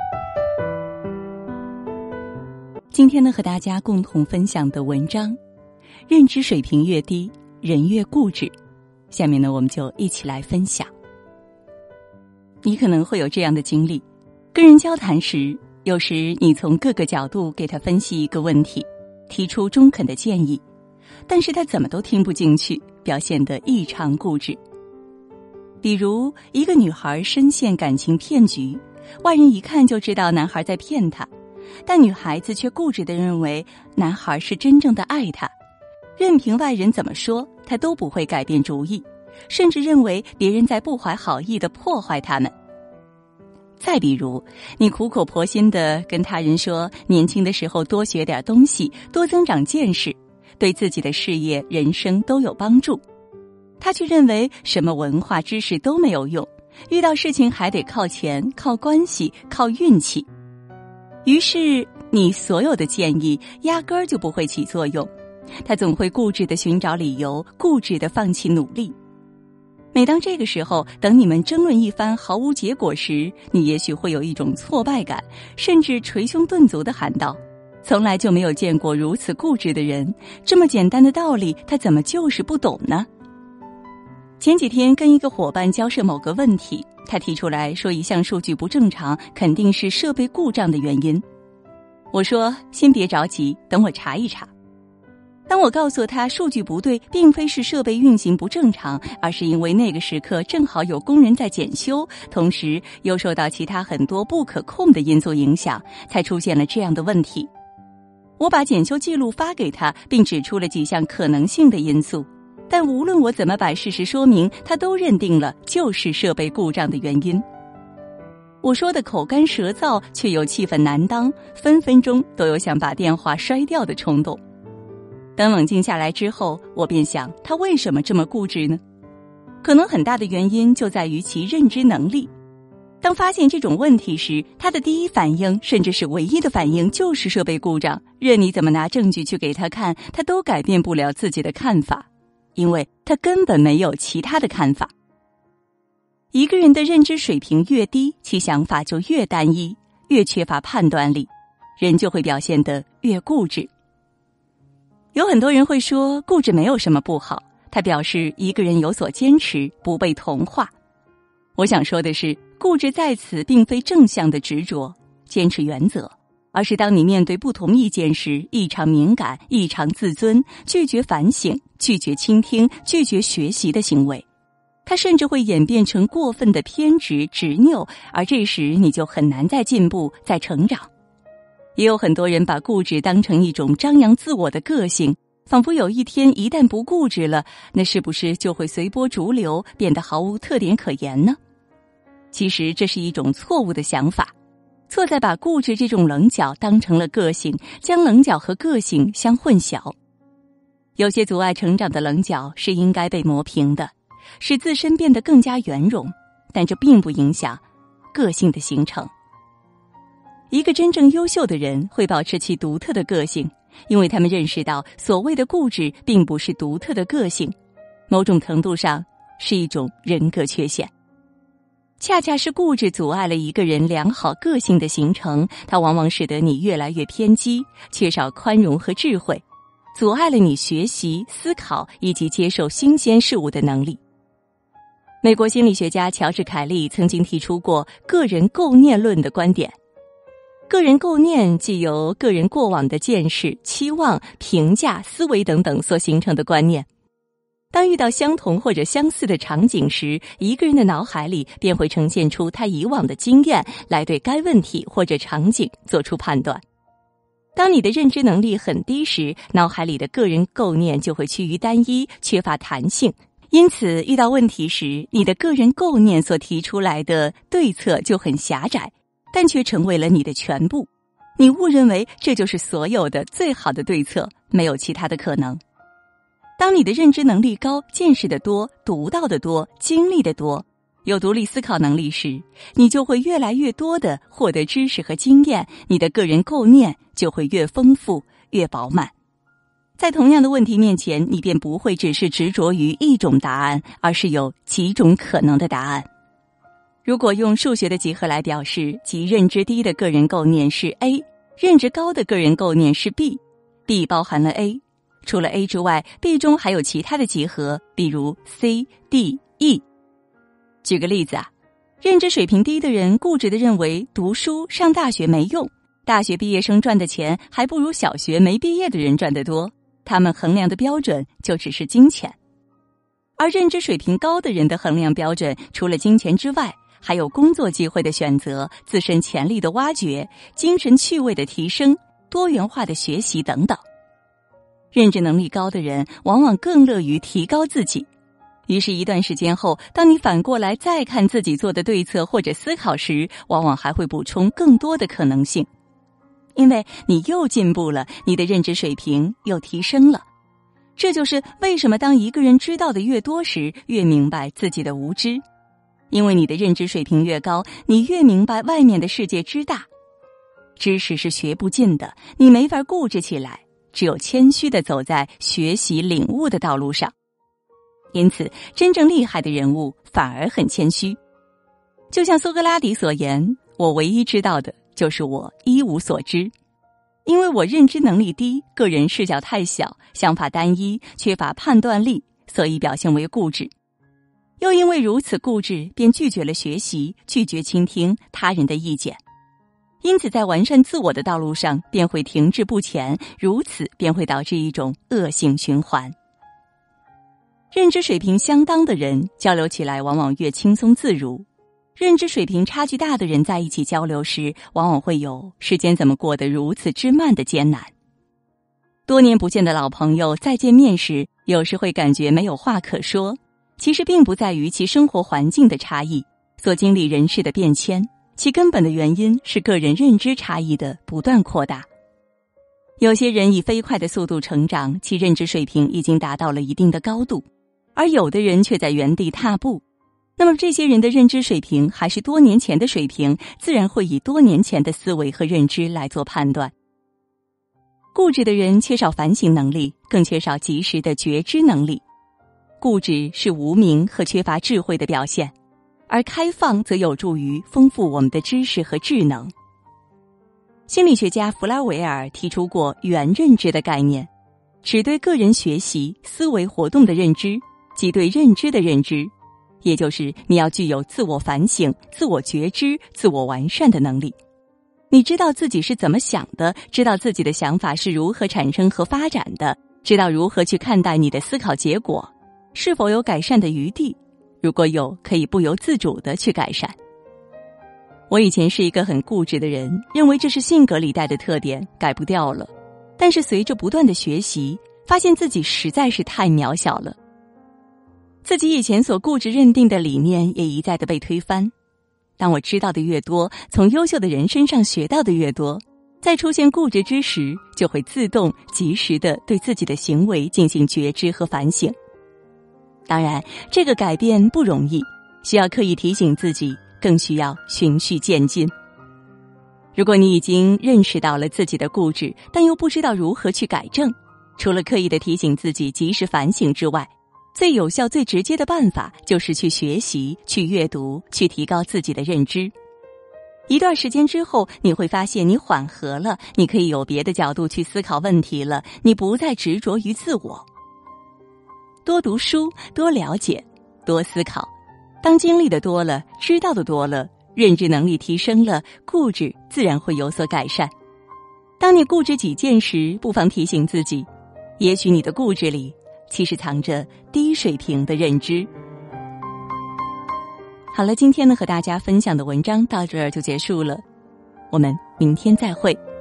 今天呢，和大家共同分享的文章，认知水平越低，人越固执。下面呢，我们就一起来分享。你可能会有这样的经历，跟人交谈时，有时你从各个角度给他分析一个问题，提出中肯的建议，但是他怎么都听不进去，表现得异常固执。比如一个女孩深陷感情骗局，外人一看就知道男孩在骗她，但女孩子却固执地认为男孩是真正的爱她，任凭外人怎么说，她都不会改变主意，甚至认为别人在不怀好意地破坏他们。再比如，你苦口婆心地跟他人说年轻的时候多学点东西，多增长见识，对自己的事业人生都有帮助，他却认为什么文化知识都没有用，遇到事情还得靠钱、靠关系、靠运气。于是你所有的建议压根儿就不会起作用，他总会固执地寻找理由，固执地放弃努力。每当这个时候，等你们争论一番毫无结果时，你也许会有一种挫败感，甚至捶胸顿足地喊道：从来就没有见过如此固执的人，这么简单的道理他怎么就是不懂呢？前几天跟一个伙伴交涉某个问题，他提出来说一项数据不正常，肯定是设备故障的原因。我说先别着急，等我查一查。当我告诉他数据不对并非是设备运行不正常，而是因为那个时刻正好有工人在检修，同时又受到其他很多不可控的因素影响，才出现了这样的问题。我把检修记录发给他，并指出了几项可能性的因素，但无论我怎么把事实说明，他都认定了就是设备故障的原因。我说的口干舌燥，却又气愤难当，分分钟都有想把电话摔掉的冲动。等冷静下来之后，我便想，他为什么这么固执呢？可能很大的原因就在于其认知能力。当发现这种问题时，他的第一反应，甚至是唯一的反应，就是设备故障，任你怎么拿证据去给他看，他都改变不了自己的看法，因为他根本没有其他的看法。一个人的认知水平越低，其想法就越单一，越缺乏判断力，人就会表现得越固执。有很多人会说固执没有什么不好，他表示一个人有所坚持，不被同化。我想说的是，固执在此并非正向的执着、坚持原则，而是当你面对不同意见时，异常敏感、异常自尊，拒绝反省、拒绝倾听、拒绝学习的行为。它甚至会演变成过分的偏执、执拗，而这时你就很难再进步、再成长。也有很多人把固执当成一种张扬自我的个性，仿佛有一天一旦不固执了，那是不是就会随波逐流，变得毫无特点可言呢？其实这是一种错误的想法，错在把固执这种棱角当成了个性，将棱角和个性相混淆。有些阻碍成长的棱角是应该被磨平的，使自身变得更加圆融，但这并不影响个性的形成。一个真正优秀的人会保持其独特的个性，因为他们认识到所谓的固执并不是独特的个性，某种程度上是一种人格缺陷。恰恰是固执阻碍了一个人良好个性的形成，它往往使得你越来越偏激，缺少宽容和智慧，阻碍了你学习、思考以及接受新鲜事物的能力。美国心理学家乔治·凯利曾经提出过个人构念论的观点。个人构念既由个人过往的见识、期望、评价、思维等等所形成的观念。当遇到相同或者相似的场景时，一个人的脑海里便会呈现出他以往的经验，来对该问题或者场景做出判断。当你的认知能力很低时，脑海里的个人构念就会趋于单一，缺乏弹性。因此，遇到问题时，你的个人构念所提出来的对策就很狭窄，但却成为了你的全部。你误认为这就是所有的最好的对策，没有其他的可能。当你的认知能力高，见识的多，读到的多，经历的多，有独立思考能力时，你就会越来越多地获得知识和经验，你的个人构念就会越丰富越饱满。在同样的问题面前，你便不会只是执着于一种答案，而是有几种可能的答案。 如果用数学的集合来表示，即认知低的个人构念是 A， 认知高的个人构念是 B，B 包含了 A， 除了 A 之外 ，B 中还有其他的集合，比如 C、D、E。举个例子啊，认知水平低的人固执地认为读书上大学没用，大学毕业生赚的钱还不如小学没毕业的人赚得多，他们衡量的标准就只是金钱。而认知水平高的人的衡量标准，除了金钱之外，还有工作机会的选择、自身潜力的挖掘、精神趣味的提升、多元化的学习等等。认知能力高的人往往更乐于提高自己，于是一段时间后，当你反过来再看自己做的对策或者思考时，往往还会补充更多的可能性，因为你又进步了，你的认知水平又提升了。这就是为什么当一个人知道的越多时，越明白自己的无知。因为你的认知水平越高，你越明白外面的世界之大。知识是学不尽的，你没法固执起来，只有谦虚地走在学习领悟的道路上。因此，真正厉害的人物反而很谦虚。就像苏格拉底所言，我唯一知道的就是我一无所知。因为我认知能力低，个人视角太小，想法单一，缺乏判断力，所以表现为固执。又因为如此固执，便拒绝了学习，拒绝倾听他人的意见。因此在完善自我的道路上便会停滞不前，如此便会导致一种恶性循环。认知水平相当的人交流起来往往越轻松自如，认知水平差距大的人在一起交流时，往往会有时间怎么过得如此之慢的艰难。多年不见的老朋友再见面时，有时会感觉没有话可说，其实并不在于其生活环境的差异，所经历人事的变迁，其根本的原因是个人认知差异的不断扩大。有些人以飞快的速度成长，其认知水平已经达到了一定的高度，而有的人却在原地踏步。那么这些人的认知水平还是多年前的水平，自然会以多年前的思维和认知来做判断。固执的人缺少反省能力，更缺少及时的觉知能力。固执是无明和缺乏智慧的表现，而开放则有助于丰富我们的知识和智能。心理学家弗拉维尔提出过元认知的概念，指对个人学习、思维活动的认知，即对认知的认知，也就是你要具有自我反省、自我觉知、自我完善的能力。你知道自己是怎么想的，知道自己的想法是如何产生和发展的，知道如何去看待你的思考结果，是否有改善的余地，如果有，可以不由自主地去改善。我以前是一个很固执的人，认为这是性格里带的特点，改不掉了。但是随着不断的学习，发现自己实在是太渺小了。自己以前所固执认定的理念也一再的被推翻。当我知道的越多，从优秀的人身上学到的越多，在出现固执之时，就会自动及时地对自己的行为进行觉知和反省。当然，这个改变不容易，需要刻意提醒自己，更需要循序渐进。如果你已经认识到了自己的固执，但又不知道如何去改正，除了刻意的提醒自己及时反省之外，最有效最直接的办法就是去学习、去阅读、去提高自己的认知。一段时间之后，你会发现你缓和了，你可以有别的角度去思考问题了，你不再执着于自我。多读书，多了解，多思考。当经历的多了，知道的多了，认知能力提升了，固执自然会有所改善。当你固执己见时，不妨提醒自己，也许你的固执里其实藏着低水平的认知。好了，今天呢和大家分享的文章到这儿就结束了，我们明天再会。